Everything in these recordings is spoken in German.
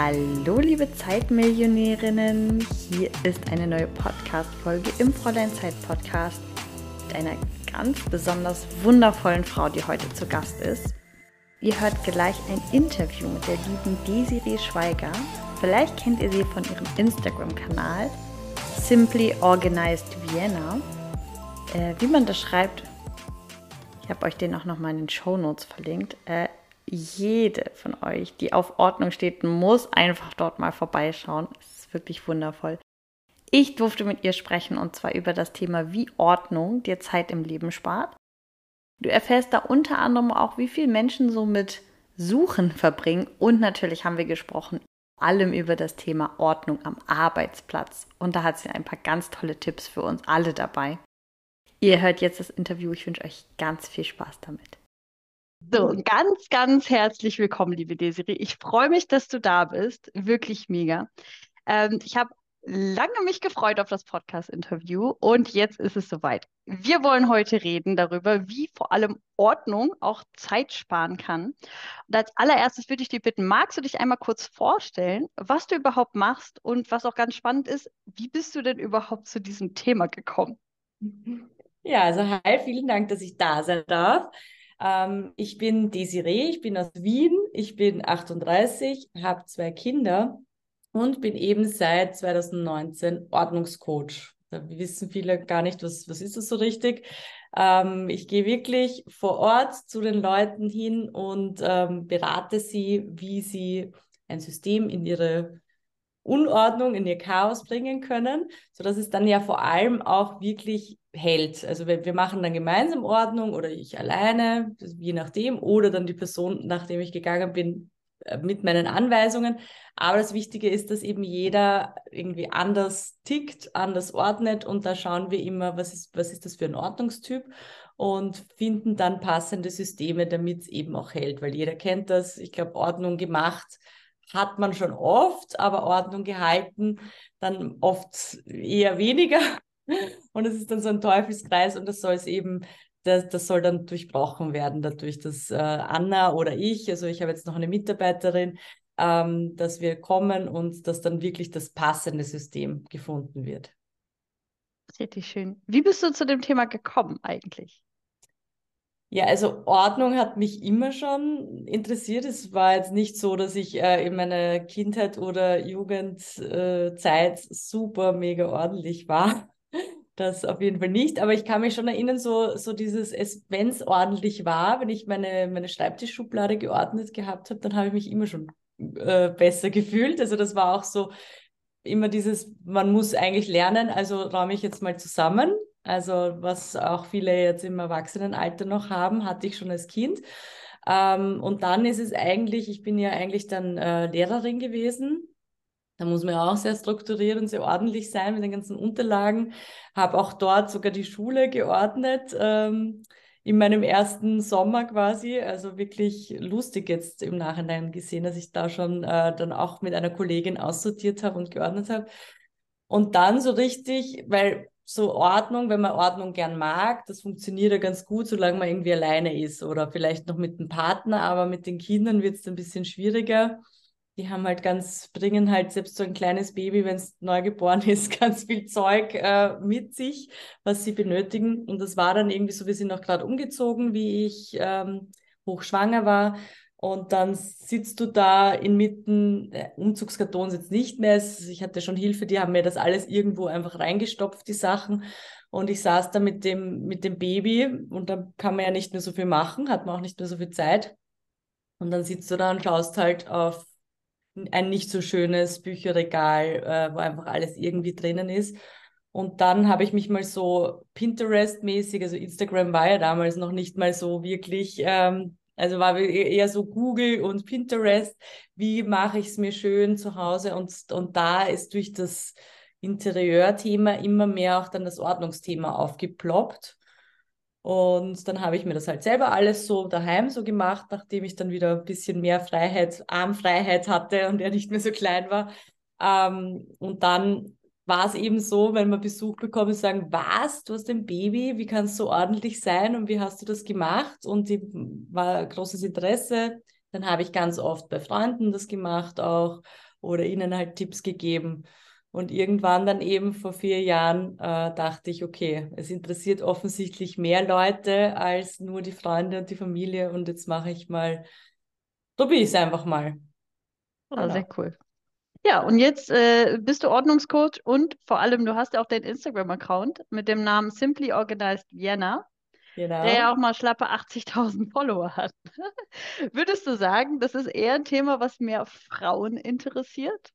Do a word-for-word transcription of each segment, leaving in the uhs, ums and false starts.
Hallo liebe Zeitmillionärinnen, hier ist eine neue Podcast-Folge im Fräulein Zeit Podcast mit einer ganz besonders wundervollen Frau, die heute zu Gast ist. Ihr hört gleich ein Interview mit der lieben Desiree Schweiger. Vielleicht kennt ihr sie von ihrem Instagram-Kanal Simply Organized Vienna. Äh, wie man das schreibt, ich habe euch den auch nochmal in den Shownotes verlinkt. Äh, jede von euch, die auf Ordnung steht, muss einfach dort mal vorbeischauen. Es ist wirklich wundervoll. Ich durfte mit ihr sprechen und zwar über das Thema, wie Ordnung dir Zeit im Leben spart. Du erfährst da unter anderem auch, wie viel Menschen so mit Suchen verbringen und natürlich haben wir gesprochen vor allem über das Thema Ordnung am Arbeitsplatz und da hat sie ein paar ganz tolle Tipps für uns alle dabei. Ihr hört jetzt das Interview, ich wünsche euch ganz viel Spaß damit. So, ganz, ganz herzlich willkommen, liebe Desiree. Ich freue mich, dass du da bist. Wirklich mega. Ähm, ich habe lange mich gefreut auf das Podcast-Interview und jetzt ist es soweit. Wir wollen heute reden darüber, wie vor allem Ordnung auch Zeit sparen kann. Und als allererstes würde ich dich bitten, magst du dich einmal kurz vorstellen, was du überhaupt machst und was auch ganz spannend ist, wie bist du denn überhaupt zu diesem Thema gekommen? Ja, also hi, vielen Dank, dass ich da sein darf. Ähm, ich bin Desiree, ich bin aus Wien, ich bin achtunddreißig, habe zwei Kinder und bin eben seit zweitausendneunzehn Ordnungscoach. Da wissen viele gar nicht, was, was ist das so richtig. Ähm, ich gehe wirklich vor Ort zu den Leuten hin und ähm, berate sie, wie sie ein System in ihre Unordnung, in ihr Chaos bringen können, sodass es dann ja vor allem auch wirklich hält. Also wir, wir machen dann gemeinsam Ordnung oder ich alleine, je nachdem, oder dann die Person, nachdem ich gegangen bin, mit meinen Anweisungen. Aber das Wichtige ist, dass eben jeder irgendwie anders tickt, anders ordnet und da schauen wir immer, was ist, was ist das für ein Ordnungstyp und finden dann passende Systeme, damit es eben auch hält, weil jeder kennt das. Ich glaube, Ordnung gemacht hat man schon oft, aber Ordnung gehalten dann oft eher weniger. Und es ist dann so ein Teufelskreis und das soll es eben, das, das soll dann durchbrochen werden, dadurch, dass äh, Anna oder ich, also ich habe jetzt noch eine Mitarbeiterin, ähm, dass wir kommen und dass dann wirklich das passende System gefunden wird. Richtig schön. Wie bist du zu dem Thema gekommen eigentlich? Ja, also Ordnung hat mich immer schon interessiert. Es war jetzt nicht so, dass ich äh, in meiner Kindheit oder Jugendzeit äh, super mega ordentlich war. Das auf jeden Fall nicht. Aber ich kann mich schon erinnern, so, so dieses, wenn es ordentlich war, wenn ich meine, meine Schreibtischschublade geordnet gehabt habe, dann habe ich mich immer schon äh, besser gefühlt. Also das war auch so immer dieses, man muss eigentlich lernen, also räume ich jetzt mal zusammen. Also was auch viele jetzt im Erwachsenenalter noch haben, hatte ich schon als Kind. Ähm, und dann ist es eigentlich, ich bin ja eigentlich dann äh, Lehrerin gewesen. Da muss man ja auch sehr strukturiert und sehr ordentlich sein mit den ganzen Unterlagen. Habe auch dort sogar die Schule geordnet, ähm, in meinem ersten Sommer quasi. Also wirklich lustig jetzt im Nachhinein gesehen, dass ich da schon äh, dann auch mit einer Kollegin aussortiert habe und geordnet habe. Und dann so richtig, weil so Ordnung, wenn man Ordnung gern mag, das funktioniert ja ganz gut, solange man irgendwie alleine ist oder vielleicht noch mit einem Partner, aber mit den Kindern wird es ein bisschen schwieriger. Die haben halt ganz, bringen halt selbst so ein kleines Baby, wenn es neugeboren ist, ganz viel Zeug äh, mit sich, was sie benötigen. Und das war dann irgendwie so, wir sind auch gerade umgezogen, wie ich ähm, hochschwanger war. Und dann sitzt du da inmitten, äh, Umzugskartons jetzt nicht mehr. Es, ich hatte schon Hilfe, die haben mir das alles irgendwo einfach reingestopft, die Sachen. Und ich saß da mit dem, mit dem Baby und da kann man ja nicht mehr so viel machen, hat man auch nicht mehr so viel Zeit. Und dann sitzt du da und schaust halt auf ein nicht so schönes Bücherregal, äh, wo einfach alles irgendwie drinnen ist. Und dann habe ich mich mal so Pinterest-mäßig, also Instagram war ja damals noch nicht mal so wirklich, ähm, also war eher so Google und Pinterest, wie mache ich es mir schön zu Hause? Und, und da ist durch das Interieurthema immer mehr auch dann das Ordnungsthema aufgeploppt. Und dann habe ich mir das halt selber alles so daheim so gemacht, nachdem ich dann wieder ein bisschen mehr Freiheit, Armfreiheit hatte und er nicht mehr so klein war. Ähm, und dann war es eben so, wenn man Besuch bekommt, und sagen, was, du hast ein Baby, wie kannst du so ordentlich sein und wie hast du das gemacht? Und die war großes Interesse. Dann habe ich ganz oft bei Freunden das gemacht auch oder ihnen halt Tipps gegeben. Und irgendwann dann eben vor vier Jahren äh, dachte ich, okay, es interessiert offensichtlich mehr Leute als nur die Freunde und die Familie und jetzt mache ich mal, probiere ich es einfach mal. Oh, Genau. sehr cool. Ja, und jetzt äh, bist du Ordnungscoach und vor allem, du hast ja auch deinen Instagram-Account mit dem Namen Simply Organized Vienna, der ja Genau. auch mal schlappe achtzigtausend Follower hat. Würdest du sagen, das ist eher ein Thema, was mehr Frauen interessiert?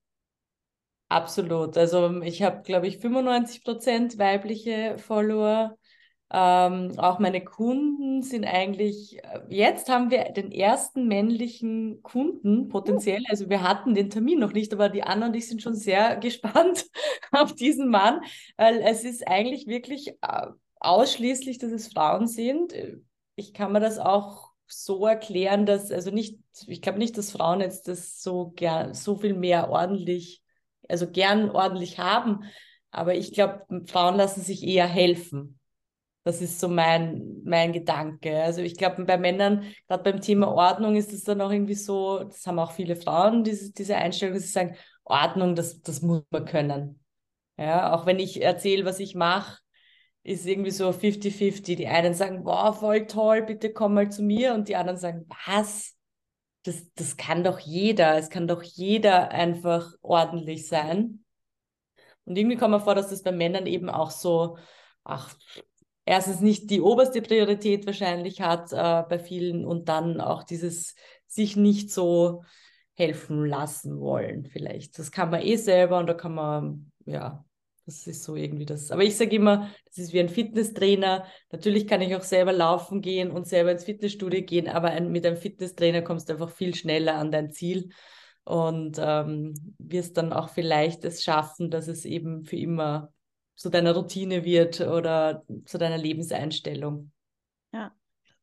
Absolut. Also ich habe, glaube ich, fünfundneunzig Prozent weibliche Follower. Ähm, auch meine Kunden sind eigentlich, äh, jetzt haben wir den ersten männlichen Kunden Uh, potenziell. Also wir hatten den Termin noch nicht, aber die Anna und ich sind schon sehr gespannt auf diesen Mann, weil es ist eigentlich wirklich äh, ausschließlich, dass es Frauen sind. Ich kann mir das auch so erklären, dass, also nicht, ich glaube nicht, dass Frauen jetzt das so gern, so viel mehr ordentlich, also gern ordentlich haben, aber ich glaube, Frauen lassen sich eher helfen. Das ist so mein, mein Gedanke. Also ich glaube, bei Männern, gerade beim Thema Ordnung, ist es dann auch irgendwie so, das haben auch viele Frauen, diese, diese Einstellung, dass sie sagen, Ordnung, das, das muss man können. Ja, auch wenn ich erzähle, was ich mache, ist irgendwie so fünfzig fünfzig. Die einen sagen, wow, voll toll, bitte komm mal zu mir. Und die anderen sagen, was? Das, das kann doch jeder. Es kann doch jeder einfach ordentlich sein. Und irgendwie kommt mir vor, dass das bei Männern eben auch so, ach, erstens nicht die oberste Priorität wahrscheinlich hat äh, bei vielen und dann auch dieses sich nicht so helfen lassen wollen vielleicht. Das kann man eh selber und da kann man, ja, das ist so irgendwie das. Aber ich sage immer, das ist wie ein Fitnesstrainer. Natürlich kann ich auch selber laufen gehen und selber ins Fitnessstudio gehen, aber ein, mit einem Fitnesstrainer kommst du einfach viel schneller an dein Ziel und ähm, wirst dann auch vielleicht es schaffen, dass es eben für immer zu deiner Routine wird oder zu deiner Lebenseinstellung. ja.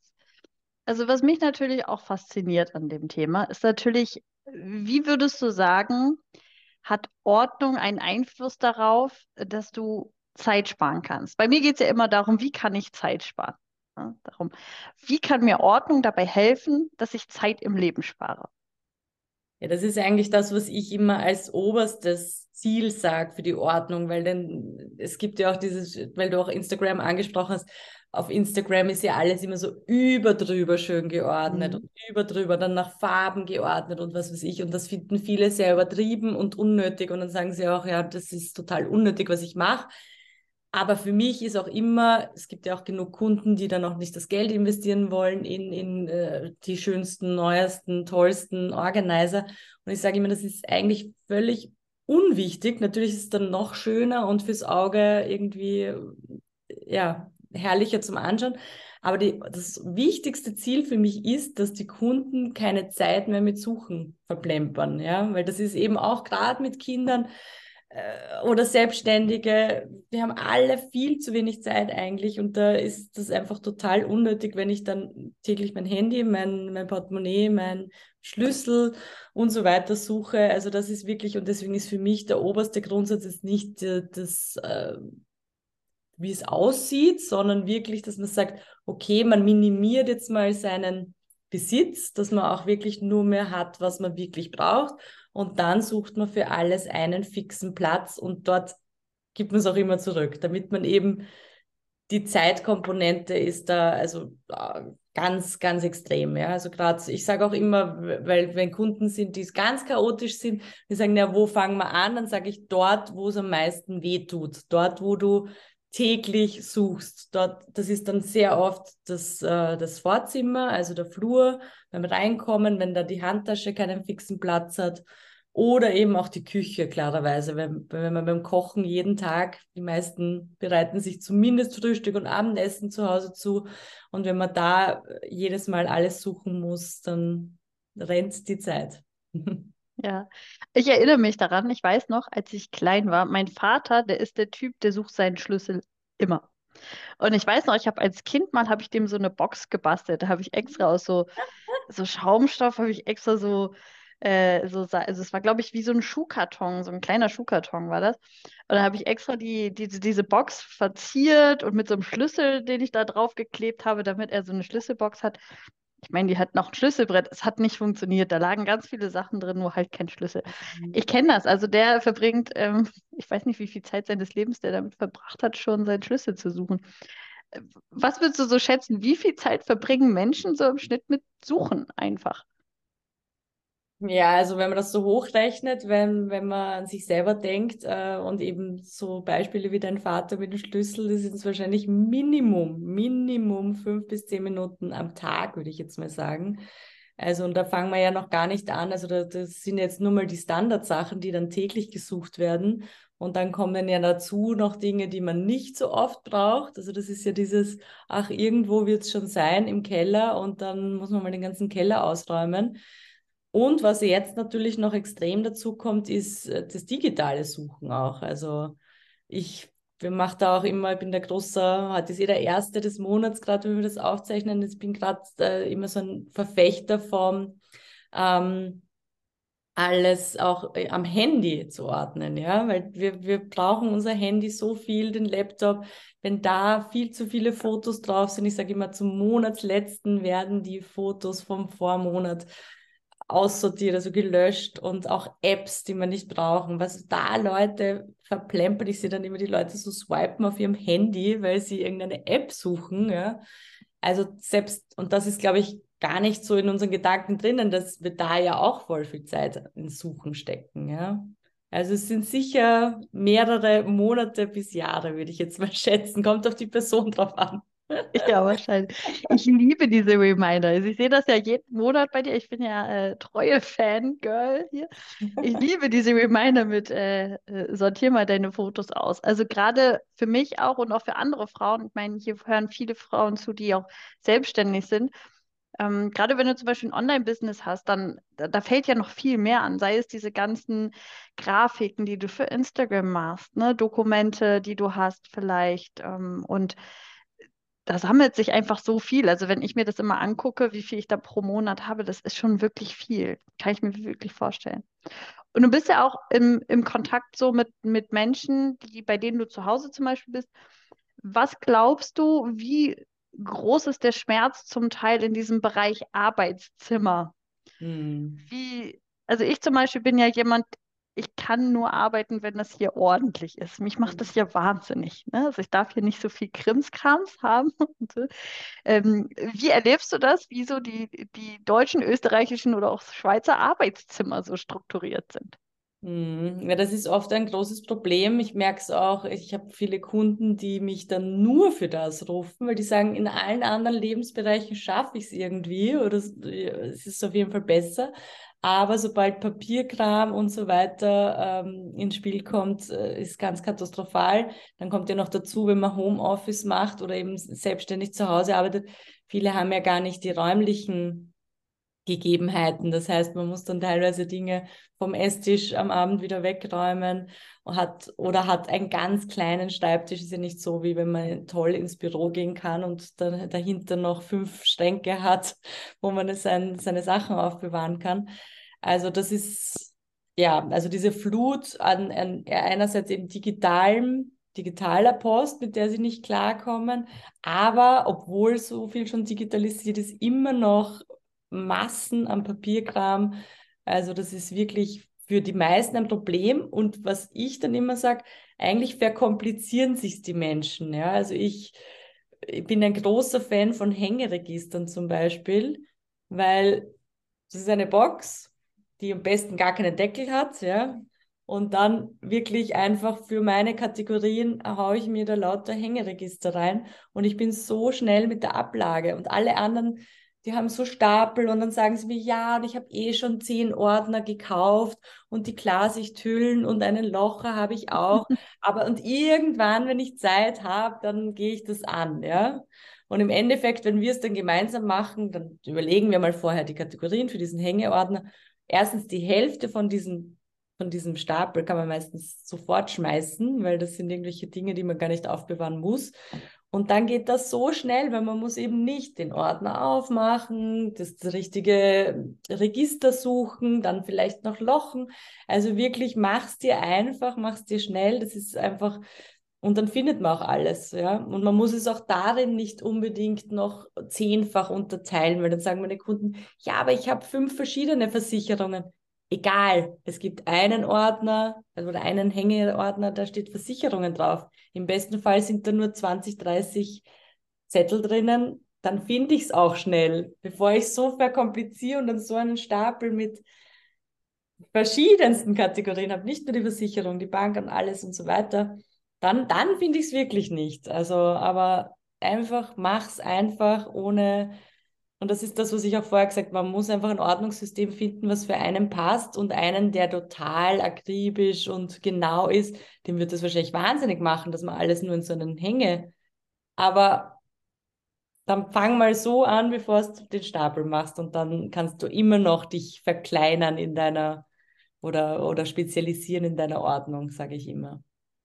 Also was mich natürlich auch fasziniert an dem Thema, ist natürlich, wie würdest du sagen, hat Ordnung einen Einfluss darauf, dass du Zeit sparen kannst? Bei mir geht es ja immer darum, wie kann ich Zeit sparen? Ja, darum, wie kann mir Ordnung dabei helfen, dass ich Zeit im Leben spare? Ja, das ist eigentlich das, was ich immer als oberstes Ziel sage für die Ordnung, weil denn es gibt ja auch dieses, weil du auch Instagram angesprochen hast, auf Instagram ist ja alles immer so überdrüber schön geordnet Mhm. und überdrüber dann nach Farben geordnet und was weiß ich. Und das finden viele sehr übertrieben und unnötig. Und dann sagen sie auch, ja, das ist total unnötig, was ich mache. Aber für mich ist auch immer, es gibt ja auch genug Kunden, die dann auch nicht das Geld investieren wollen in, in äh, die schönsten, neuesten, tollsten Organizer. Und ich sage immer, das ist eigentlich völlig unwichtig. Natürlich ist es dann noch schöner und fürs Auge irgendwie, ja, herrlicher zum Anschauen. Aber die, das wichtigste Ziel für mich ist, dass die Kunden keine Zeit mehr mit Suchen verplempern, ja, weil das ist eben auch gerade mit Kindern äh, oder Selbstständige, wir haben alle viel zu wenig Zeit eigentlich und da ist das einfach total unnötig, wenn ich dann täglich mein Handy, mein, mein Portemonnaie, mein Schlüssel und so weiter suche. Also das ist wirklich, und deswegen ist für mich der oberste Grundsatz ist nicht äh, das, äh, wie es aussieht, sondern wirklich, dass man sagt, okay, man minimiert jetzt mal seinen Besitz, dass man auch wirklich nur mehr hat, was man wirklich braucht. Und dann sucht man für alles einen fixen Platz und dort gibt man es auch immer zurück, damit man eben die Zeitkomponente ist da also äh, ganz, ganz extrem. Ja? Also gerade, ich sage auch immer, weil wenn Kunden sind, die ganz chaotisch sind, die sagen, ja, wo fangen wir an? Dann sage ich dort, wo es am meisten weh tut. Dort, wo du täglich suchst. Dort, das ist dann sehr oft das, äh, das Vorzimmer, also der Flur, beim Reinkommen, wenn da die Handtasche keinen fixen Platz hat. Oder eben auch die Küche, klarerweise. Wenn, wenn man beim Kochen jeden Tag, die meisten bereiten sich zumindest Frühstück und Abendessen zu Hause zu. Und wenn man da jedes Mal alles suchen muss, dann rennt die Zeit. Ja, ich erinnere mich daran, ich weiß noch, als ich klein war, mein Vater, der ist der Typ, der sucht seinen Schlüssel immer. Und ich weiß noch, ich habe als Kind mal, habe ich dem so eine Box gebastelt. Da habe ich extra aus so, so Schaumstoff, habe ich extra so, äh, so, sa- also es war, glaube ich, wie so ein Schuhkarton, so ein kleiner Schuhkarton war das. Und dann habe ich extra die, die, diese Box verziert und mit so einem Schlüssel, den ich da drauf geklebt habe, damit er so eine Schlüsselbox hat. Ich meine, die hat noch ein Schlüsselbrett. Es hat nicht funktioniert. Da lagen ganz viele Sachen drin, nur halt kein Schlüssel. Ich kenne das. Also der verbringt, ähm, ich weiß nicht, wie viel Zeit seines Lebens der damit verbracht hat, schon seinen Schlüssel zu suchen. Äh, Was würdest du so schätzen? Wie viel Zeit verbringen Menschen so im Schnitt mit Suchen einfach? Ja, also wenn man das so hochrechnet, wenn, wenn man an sich selber denkt äh, und eben so Beispiele wie dein Vater mit dem Schlüssel, das sind wahrscheinlich Minimum, Minimum fünf bis zehn Minuten am Tag, würde ich jetzt mal sagen. Also und da fangen wir ja noch gar nicht an. Also da, das sind jetzt nur mal die Standardsachen, die dann täglich gesucht werden. Und dann kommen ja dazu noch Dinge, die man nicht so oft braucht. Also das ist ja dieses, ach, irgendwo wird es schon sein im Keller und dann muss man mal den ganzen Keller ausräumen. Und was jetzt natürlich noch extrem dazu kommt, ist äh, das digitale Suchen auch. Also ich mache da auch immer, ich bin der große, heute ist eh der erste des Monats, gerade wenn wir das aufzeichnen. Ich bin gerade äh, immer so ein Verfechter vom ähm, alles auch äh, am Handy zu ordnen, ja, weil wir, wir brauchen unser Handy so viel, den Laptop, wenn da viel zu viele Fotos drauf sind, ich sage immer, zum Monatsletzten werden die Fotos vom Vormonat aussortiert, also gelöscht und auch Apps, die wir nicht brauchen. Was da Leute verplempern, ich sehe dann immer die Leute so swipen auf ihrem Handy, weil sie irgendeine App suchen, ja. Also selbst, und das ist, glaube ich, gar nicht so in unseren Gedanken drinnen, dass wir da ja auch voll viel Zeit ins Suchen stecken, ja. Also es sind sicher mehrere Monate bis Jahre, würde ich jetzt mal schätzen. Kommt auf die Person drauf an. Ja, wahrscheinlich. Ich liebe diese Reminder. Also ich sehe das ja jeden Monat bei dir. Ich bin ja äh, treue Fangirl hier. Ich liebe diese Reminder mit äh, äh, sortier mal deine Fotos aus. Also gerade für mich auch und auch für andere Frauen. Ich meine, hier hören viele Frauen zu, die auch selbstständig sind. Ähm, gerade wenn du zum Beispiel ein Online-Business hast, dann da, da fällt ja noch viel mehr an. Sei es diese ganzen Grafiken, die du für Instagram machst, ne? Dokumente, die du hast vielleicht ähm, und da sammelt sich einfach so viel. Also wenn ich mir das immer angucke, wie viel ich da pro Monat habe, das ist schon wirklich viel. Kann ich mir wirklich vorstellen. Und du bist ja auch im, im Kontakt so mit, mit Menschen, die, bei denen du zu Hause zum Beispiel bist. Was glaubst du, wie groß ist der Schmerz zum Teil in diesem Bereich Arbeitszimmer? Hm. Wie, also ich zum Beispiel bin ja jemand, ich kann nur arbeiten, wenn das hier ordentlich ist. Mich macht das ja wahnsinnig. Ne? Also ich darf hier nicht so viel Krimskrams haben. Und so. Ähm, wie erlebst du das, wie so die, die deutschen, österreichischen oder auch Schweizer Arbeitszimmer so strukturiert sind? Hm, ja, das ist oft ein großes Problem. Ich merke es auch, ich habe viele Kunden, die mich dann nur für das rufen, weil die sagen, in allen anderen Lebensbereichen schaffe ich es irgendwie oder es ja, es ist auf jeden Fall besser. Aber sobald Papierkram und so weiter ähm, ins Spiel kommt, äh, ist ganz katastrophal. Dann kommt ja noch dazu, wenn man Homeoffice macht oder eben selbstständig zu Hause arbeitet, viele haben ja gar nicht die räumlichen Gegebenheiten. Das heißt, man muss dann teilweise Dinge vom Esstisch am Abend wieder wegräumen und hat, oder hat einen ganz kleinen Schreibtisch. Ist ja nicht so, wie wenn man toll ins Büro gehen kann und dann dahinter noch fünf Schränke hat, wo man sein, seine Sachen aufbewahren kann. Also das ist, ja, also diese Flut an, an einerseits eben digitalem, digitaler Post, mit der sie nicht klarkommen, aber obwohl so viel schon digitalisiert ist, immer noch Massen an Papierkram. Also das ist wirklich für die meisten ein Problem. Und was ich dann immer sage, eigentlich verkomplizieren sich die Menschen. Ja? Also ich, ich bin ein großer Fan von Hängeregistern zum Beispiel, weil das ist eine Box, die am besten gar keinen Deckel hat, ja. Und dann wirklich einfach für meine Kategorien haue ich mir da lauter Hängeregister rein und ich bin so schnell mit der Ablage und alle anderen, die haben so Stapel und dann sagen sie mir, ja, und ich habe eh schon zehn Ordner gekauft und die Klarsichthüllen und einen Locher habe ich auch. Aber und irgendwann, wenn ich Zeit habe, dann gehe ich das an, ja. Und im Endeffekt, wenn wir es dann gemeinsam machen, dann überlegen wir mal vorher die Kategorien für diesen Hängeordner. Erstens die Hälfte von diesem, von diesem Stapel kann man meistens sofort schmeißen, weil das sind irgendwelche Dinge, die man gar nicht aufbewahren muss. Und dann geht das so schnell, weil man muss eben nicht den Ordner aufmachen, das, das richtige Register suchen, dann vielleicht noch lochen. Also wirklich mach's dir einfach, mach's dir schnell. Das ist einfach Und dann findet man auch alles, ja. Und man muss es auch darin nicht unbedingt noch zehnfach unterteilen, weil dann sagen meine Kunden, ja, aber ich habe fünf verschiedene Versicherungen. Egal, es gibt einen Ordner oder einen Hängeordner, da steht Versicherungen drauf. Im besten Fall sind da nur zwanzig, dreißig Zettel drinnen, dann finde ich es auch schnell, bevor ich so verkompliziere und dann so einen Stapel mit verschiedensten Kategorien habe, nicht nur die Versicherung, die Bank und alles und so weiter, dann, dann finde ich es wirklich nicht. Also, aber einfach, mach's einfach ohne, und das ist das, was ich auch vorher gesagt habe, man muss einfach ein Ordnungssystem finden, was für einen passt und einen, der total akribisch und genau ist, dem wird das wahrscheinlich wahnsinnig machen, dass man alles nur in so einen Hänge, aber dann fang mal so an, bevor du den Stapel machst und dann kannst du immer noch dich verkleinern in deiner oder, oder spezialisieren in deiner Ordnung, sage ich immer.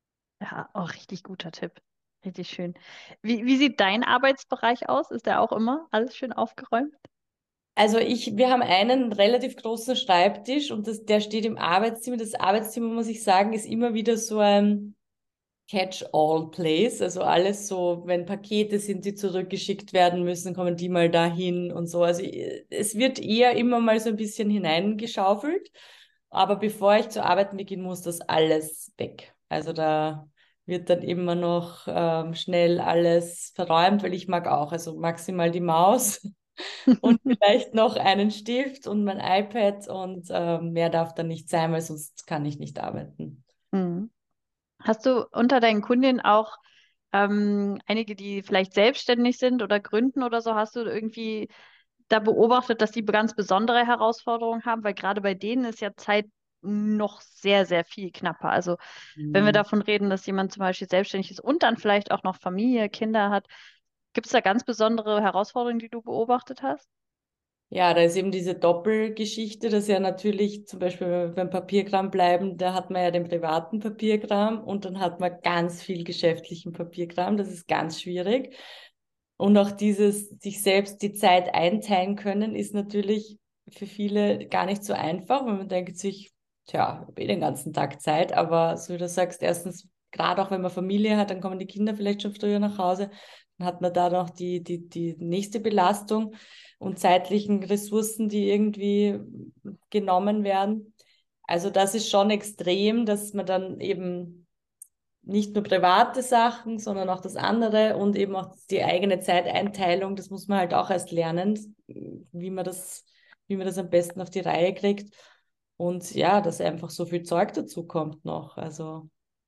Ja, auch richtig guter Tipp. Richtig schön. Wie, wie sieht dein Arbeitsbereich aus? Ist der auch immer alles schön aufgeräumt? Also ich, wir haben einen relativ großen Schreibtisch und das, der steht im Arbeitszimmer. Das Arbeitszimmer, muss ich sagen, ist immer wieder so ein Catch-all-Place. Also alles so, wenn Pakete sind, die zurückgeschickt werden müssen, kommen die mal dahin und so. Also äh, es wird eher immer mal so ein bisschen hineingeschaufelt. Aber bevor ich zu arbeiten beginne, muss das alles weg. Also da wird dann immer noch ähm, schnell alles verräumt, weil ich mag auch, also maximal die Maus und vielleicht noch einen Stift und mein iPad und ähm, mehr darf dann nicht sein, weil sonst kann ich nicht arbeiten. Mhm. Hast du unter deinen Kundinnen auch ähm, einige, die vielleicht selbstständig sind oder gründen oder so? Hast du irgendwie da beobachtet, dass die ganz besondere Herausforderungen haben? Weil gerade bei denen ist ja Zeit noch sehr, sehr viel knapper. Also wenn wir Mhm. davon reden, dass jemand zum Beispiel selbstständig ist und dann vielleicht auch noch Familie, Kinder hat, gibt es da ganz besondere Herausforderungen, die du beobachtet hast? Ja, da ist eben diese Doppelgeschichte, dass ja natürlich zum Beispiel beim Papierkram bleiben, da hat man ja den privaten Papierkram und dann hat man ganz viel geschäftlichen Papierkram. Das ist ganz schwierig. Und auch dieses sich selbst die Zeit einteilen können, ist natürlich für viele gar nicht so einfach, weil man denkt sich, tja, ich habe eh den ganzen Tag Zeit, aber so wie du sagst, erstens, gerade auch wenn man Familie hat, dann kommen die Kinder vielleicht schon früher nach Hause, dann hat man da noch die, die, die nächste Belastung und zeitlichen Ressourcen, die irgendwie genommen werden. Also das ist schon extrem, dass man dann eben nicht nur private Sachen, sondern auch das andere und eben auch die eigene Zeiteinteilung, das muss man halt auch erst lernen, wie man das, wie man das am besten auf die Reihe kriegt. Und ja, dass einfach so viel Zeug dazu kommt noch. Also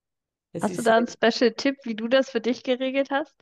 es Hast du ist da einen Special-Tipp, wie du das für dich geregelt hast?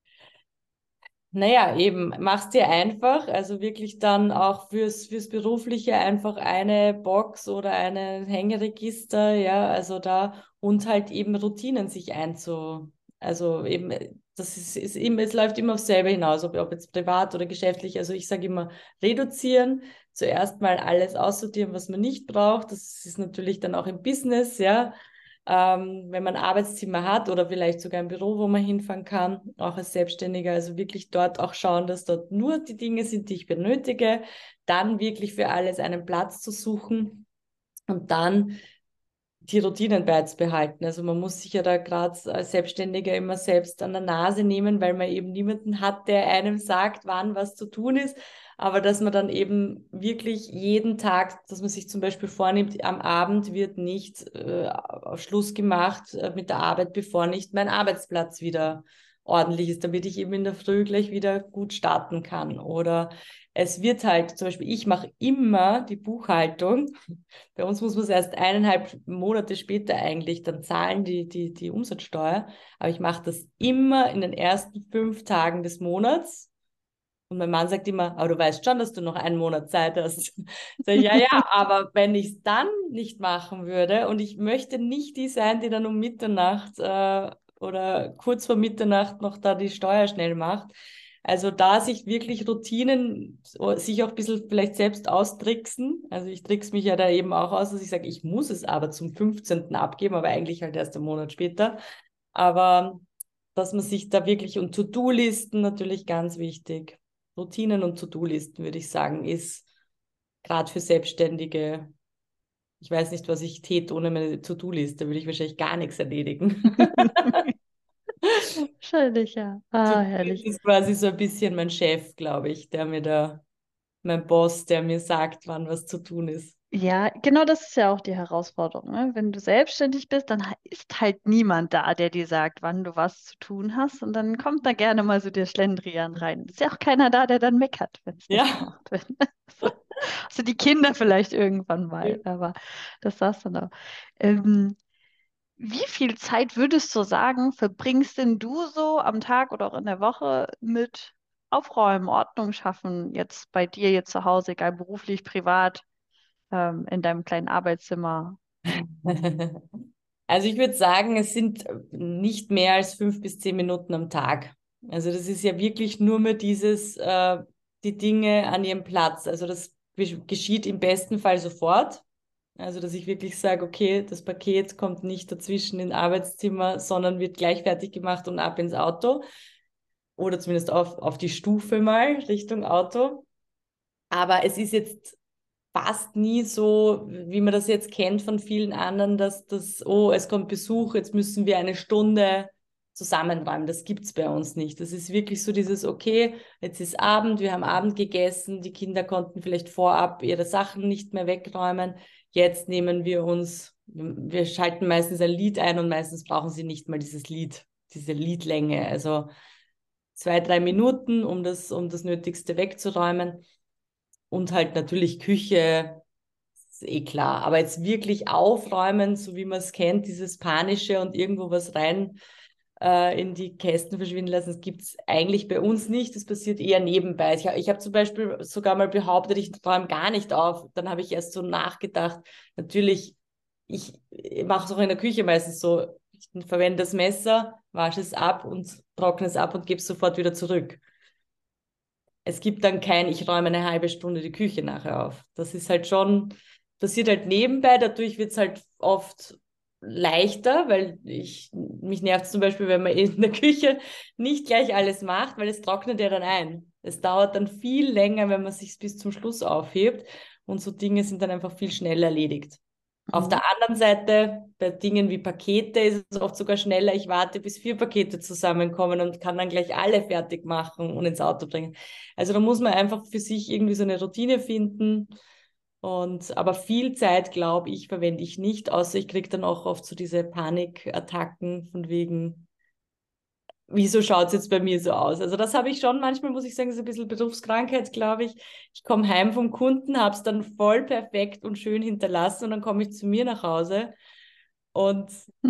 naja, eben, mach's dir einfach, also wirklich dann auch fürs, fürs Berufliche einfach eine Box oder ein Hängeregister, ja, also da und halt eben Routinen sich einzu, also eben, das ist, ist immer, es läuft immer aufs selbe hinaus, ob, ob jetzt privat oder geschäftlich, also ich sage immer reduzieren, zuerst mal alles aussortieren, was man nicht braucht, das ist natürlich dann auch im Business, ja, ähm, wenn man ein Arbeitszimmer hat oder vielleicht sogar ein Büro, wo man hinfahren kann, auch als Selbstständiger. Also wirklich dort auch schauen, dass dort nur die Dinge sind, die ich benötige. Dann wirklich für alles einen Platz zu suchen und dann die Routinen beizubehalten. Also man muss sich ja da gerade als Selbstständiger immer selbst an der Nase nehmen, weil man eben niemanden hat, der einem sagt, wann was zu tun ist. Aber dass man dann eben wirklich jeden Tag, dass man sich zum Beispiel vornimmt, am Abend wird nicht äh, Schluss gemacht äh, mit der Arbeit, bevor nicht mein Arbeitsplatz wieder ordentlich ist, damit ich eben in der Früh gleich wieder gut starten kann. Oder es wird halt, zum Beispiel, ich mache immer die Buchhaltung. Bei uns muss man es erst eineinhalb Monate später eigentlich dann zahlen, die, die, die Umsatzsteuer. Aber ich mache das immer in den ersten fünf Tagen des Monats. Und mein Mann sagt immer, aber du weißt schon, dass du noch einen Monat Zeit hast. Sag ich, ja, ja, aber wenn ich es dann nicht machen würde und ich möchte nicht die sein, die dann um Mitternacht äh, oder kurz vor Mitternacht noch da die Steuer schnell macht. Also da sich wirklich Routinen, so- sich auch ein bisschen vielleicht selbst austricksen. Also ich trickse mich ja da eben auch aus, dass ich sage, ich muss es aber zum fünfzehnten abgeben, aber eigentlich halt erst einen Monat später. Aber dass man sich da wirklich und To-Do-Listen natürlich ganz wichtig. Routinen und To-Do-Listen, würde ich sagen, ist gerade für Selbstständige, ich weiß nicht, was ich täte ohne meine To-Do-Liste, würde ich wahrscheinlich gar nichts erledigen. Wahrscheinlich, ja. Zu Ah, dritt herrlich. ist quasi so ein bisschen mein Chef, glaube ich, der mir da, mein Boss, der mir sagt, wann was zu tun ist. Ja, genau das ist ja auch die Herausforderung, ne? Wenn du selbstständig bist, dann ha- ist halt niemand da, der dir sagt, wann du was zu tun hast. Und dann kommt da gerne mal so der Schlendrian rein. Ist ja auch keiner da, der dann meckert, wenn es nicht Ja. gemacht wird. So. Also die Kinder vielleicht irgendwann mal, aber das war's dann auch. Ähm, Wie viel Zeit würdest du sagen, verbringst denn du so am Tag oder auch in der Woche mit Aufräumen, Ordnung schaffen, jetzt bei dir, jetzt zu Hause, egal beruflich, privat, ähm, in deinem kleinen Arbeitszimmer? Also ich würde sagen, es sind nicht mehr als fünf bis zehn Minuten am Tag. Also das ist ja wirklich nur mehr dieses, äh, die Dinge an ihrem Platz. Also das gesch- geschieht im besten Fall sofort. Also dass ich wirklich sage, okay, das Paket kommt nicht dazwischen ins Arbeitszimmer, sondern wird gleich fertig gemacht und ab ins Auto. Oder zumindest auf, auf die Stufe mal Richtung Auto. Aber es ist jetzt fast nie so, wie man das jetzt kennt von vielen anderen, dass das, oh, es kommt Besuch, jetzt müssen wir eine Stunde zusammenräumen. Das gibt's bei uns nicht. Das ist wirklich so dieses, okay, jetzt ist Abend, wir haben Abend gegessen, die Kinder konnten vielleicht vorab ihre Sachen nicht mehr wegräumen. Jetzt nehmen wir uns, wir schalten meistens ein Lied ein und meistens brauchen sie nicht mal dieses Lied, diese Liedlänge. Also zwei, drei Minuten, um das, um das Nötigste wegzuräumen. Und halt natürlich Küche, ist eh klar. Aber jetzt wirklich aufräumen, so wie man es kennt, dieses Panische und irgendwo was rein äh, in die Kästen verschwinden lassen, das gibt es eigentlich bei uns nicht. Das passiert eher nebenbei. Ich, ich habe zum Beispiel sogar mal behauptet, ich räume gar nicht auf. Dann habe ich erst so nachgedacht. Natürlich, ich, ich mache es auch in der Küche meistens so. Ich verwende das Messer, wasche es ab und trockne es ab und gebe es sofort wieder zurück. Es gibt dann kein, ich räume eine halbe Stunde die Küche nachher auf. Das ist halt schon, passiert halt nebenbei, dadurch wird es halt oft leichter, weil ich, mich nervt zum Beispiel, wenn man in der Küche nicht gleich alles macht, weil es trocknet ja dann ein. Es dauert dann viel länger, wenn man sich bis zum Schluss aufhebt und so Dinge sind dann einfach viel schneller erledigt. Auf Mhm. der anderen Seite, bei Dingen wie Pakete ist es oft sogar schneller. Ich warte, bis vier Pakete zusammenkommen und kann dann gleich alle fertig machen und ins Auto bringen. Also da muss man einfach für sich irgendwie so eine Routine finden. Und aber viel Zeit, glaube ich, verwende ich nicht, außer ich kriege dann auch oft so diese Panikattacken von wegen, wieso schaut es jetzt bei mir so aus? Also das habe ich schon, manchmal muss ich sagen, das ist ein bisschen Berufskrankheit, glaube ich. Ich komme heim vom Kunden, habe es dann voll perfekt und schön hinterlassen und dann komme ich zu mir nach Hause und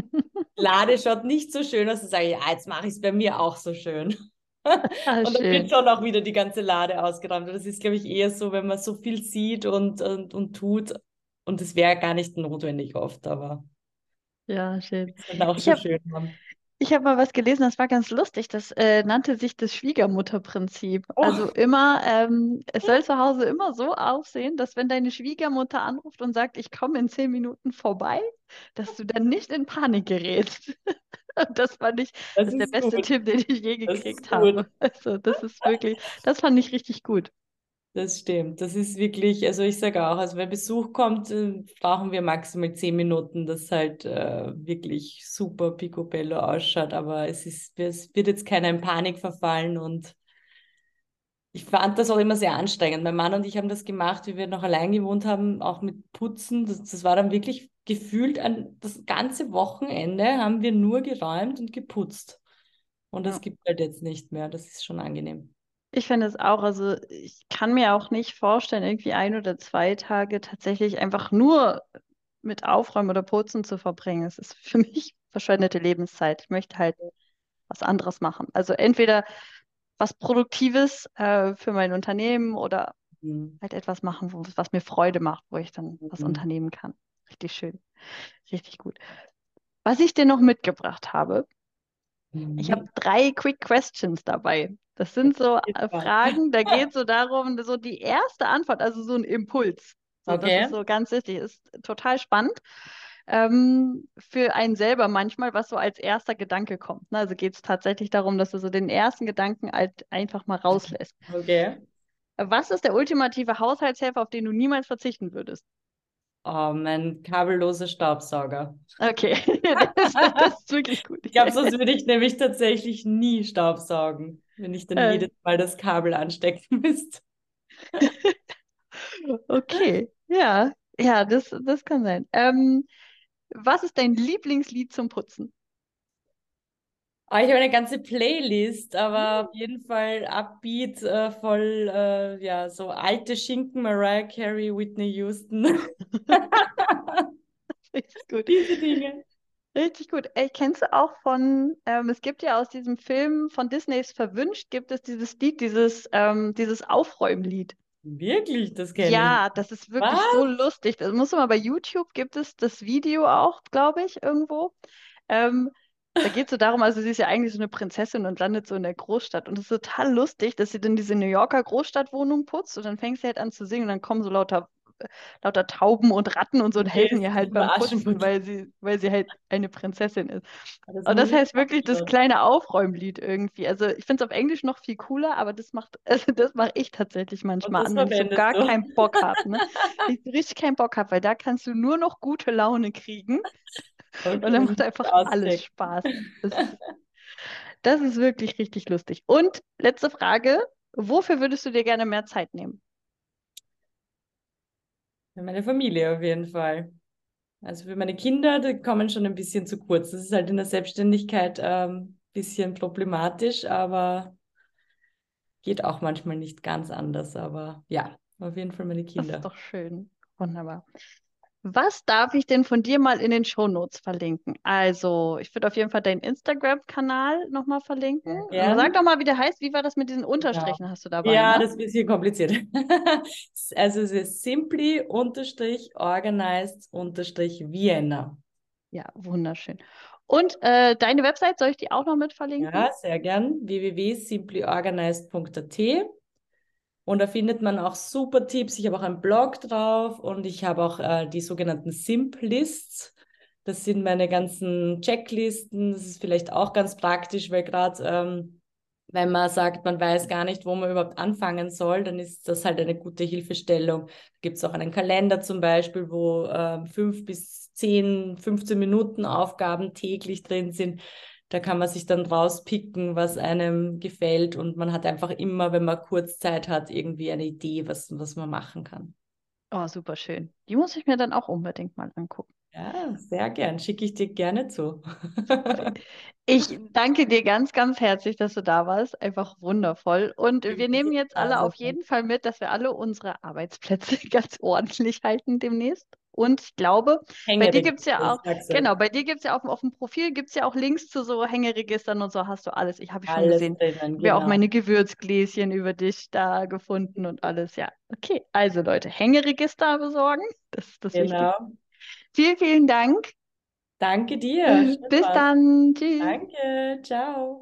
Lade schaut nicht so schön aus. Dann sage ich, ja, jetzt mache ich es bei mir auch so schön. Ah, Und dann wird schön. schon auch wieder die ganze Lade ausgeräumt. Und das ist, glaube ich, eher so, wenn man so viel sieht und, und, und tut. Und es wäre gar nicht notwendig oft, aber Ja, ich schön. es dann auch Ich so habe schön haben. ich hab mal was gelesen, das war ganz lustig. Das äh, nannte sich das Schwiegermutterprinzip. Also Oh, immer, ähm, es soll zu Hause immer so aussehen, dass wenn deine Schwiegermutter anruft und sagt, ich komme in zehn Minuten vorbei, dass du dann nicht in Panik gerätst. Und das fand ich, das das ist der ist beste gut. Tipp, den ich je Das ist gekriegt gut. habe. Also das ist wirklich, das fand ich richtig gut. Das stimmt. Das ist wirklich, also ich sage auch, also wenn Besuch kommt, äh, brauchen wir maximal zehn Minuten, das halt äh, wirklich super picobello ausschaut. Aber es ist, es wird jetzt keiner in Panik verfallen und ich fand das auch immer sehr anstrengend. Mein Mann und ich haben das gemacht, wie wir noch allein gewohnt haben, auch mit Putzen. Das, das war dann wirklich gefühlt an das ganze Wochenende haben wir nur geräumt und geputzt. Und das Ja. gibt halt jetzt nicht mehr. Das ist schon angenehm. Ich finde es auch, also ich kann mir auch nicht vorstellen, irgendwie ein oder zwei Tage tatsächlich einfach nur mit Aufräumen oder Putzen zu verbringen. Es ist für mich verschwendete Lebenszeit. Ich möchte halt was anderes machen. Also entweder was Produktives äh, für mein Unternehmen oder Mhm. halt etwas machen, wo, was mir Freude macht, wo ich dann was Mhm. unternehmen kann. Richtig schön, richtig gut. Was ich dir noch mitgebracht habe, ich habe Mhm. drei Quick Questions dabei. Das sind so äh, Fragen, da geht so darum, so die erste Antwort, also so ein Impuls. So, das ist Okay. so ganz wichtig, ist total spannend ähm, für einen selber manchmal, was so als erster Gedanke kommt. Ne? Also geht es tatsächlich darum, dass du so den ersten Gedanken halt einfach mal rauslässt. Okay. Was ist der ultimative Haushaltshelfer, auf den du niemals verzichten würdest? Oh, mein kabelloser Staubsauger. Okay, das, das ist wirklich gut. Ich glaube, sonst würde ich nämlich tatsächlich nie staubsaugen, wenn ich dann Äh, jedes Mal das Kabel anstecken müsste. okay, ja, ja, das, das kann sein. Ähm, was ist dein Lieblingslied zum Putzen? Aber ich habe eine ganze Playlist, aber Hm, auf jeden Fall Upbeat, äh, voll, äh, ja, so alte Schinken, Mariah Carey, Whitney Houston. richtig gut. Diese Dinge. Richtig gut. Ey, kennst du auch von, ähm, es gibt ja aus diesem Film von Disneys Verwünscht, gibt es dieses Lied, dieses, ähm, dieses Aufräumlied. Wirklich, das kenne ich. Ja, das ist wirklich so Was? lustig. Das muss man mal bei YouTube, gibt es das Video auch, glaube ich, irgendwo. Ähm, Da geht es so darum, also sie ist ja eigentlich so eine Prinzessin und landet so in der Großstadt. Und es ist total lustig, dass sie dann diese New Yorker Großstadtwohnung putzt und dann fängt sie halt an zu singen und dann kommen so lauter, lauter Tauben und Ratten und so und Okay, helfen es ihr ist halt immer beim Putzen, Aschenputtel. weil sie, weil sie halt eine Prinzessin ist. Das Und muss das ich heißt wirklich das anschauen. kleine Aufräumlied irgendwie. Also ich finde es auf Englisch noch viel cooler, aber das macht, also das mache ich tatsächlich Und manchmal das an, wenn ich so verwendest gar du. keinen Bock habe, ne? Wenn ich so richtig keinen Bock habe, weil da kannst du nur noch gute Laune kriegen und Okay, dann das macht muss einfach ich alles auschecken. Spaß. Das ist, das ist wirklich richtig lustig. Und letzte Frage, wofür würdest du dir gerne mehr Zeit nehmen? Für meine Familie auf jeden Fall. Also für meine Kinder, die kommen schon ein bisschen zu kurz. Das ist halt in der Selbstständigkeit ähm, ein bisschen problematisch, aber geht auch manchmal nicht ganz anders. Aber ja, auf jeden Fall meine Das ist Kinder. doch schön. Wunderbar. Was darf ich denn von dir mal in den Shownotes verlinken? Also, ich würde auf jeden Fall deinen Instagram-Kanal nochmal verlinken. Sehr Und sag doch gern. mal, wie der heißt. Wie war das mit diesen Genau. Unterstrichen? Hast du dabei, Ja, ne? das ist ein bisschen kompliziert. Also es ist simply unterstrich organized unterstrich Vienna. Ja, wunderschön. Und äh, deine Website, soll ich die auch noch mit verlinken? Ja, sehr gern. w w w punkt simplyorganized punkt a t. Und da findet man auch super Tipps. Ich habe auch einen Blog drauf und ich habe auch äh, die sogenannten Simp-Lists. Das sind meine ganzen Checklisten. Das ist vielleicht auch ganz praktisch, weil gerade ähm, wenn man sagt, man weiß gar nicht, wo man überhaupt anfangen soll, dann ist das halt eine gute Hilfestellung. Da gibt es auch einen Kalender zum Beispiel, wo ähm, fünf bis zehn, fünfzehn Minuten Aufgaben täglich drin sind. Da kann man sich dann rauspicken, was einem gefällt und man hat einfach immer, wenn man kurz Zeit hat, irgendwie eine Idee, was, was man machen kann. Oh, super schön. Die muss ich mir dann auch unbedingt mal angucken. Ja, sehr gern. Schicke ich dir gerne zu. Super. Ich danke dir ganz, ganz herzlich, dass du da warst. Einfach wundervoll. Und Schön, wir dass nehmen ich jetzt da alle sein auf kann. jeden Fall mit, dass wir alle unsere Arbeitsplätze ganz ordentlich halten demnächst. Und ich glaube, bei dir gibt es ja Hängeregister, auch, sagst du. genau, bei dir gibt es ja auch auf dem Profil gibt es ja auch Links zu so Hängeregistern und so hast du alles. Ich habe ich schon Alles gesehen. drinnen, Ich habe ja auch genau. meine Gewürzgläschen über dich da gefunden und alles. Ja, okay. Also Leute, Hängeregister besorgen. Das ist das Wichtigste. Genau. Vielen, vielen Dank. Danke dir. Schön Bis war's. dann. Tschüss. Danke. Ciao.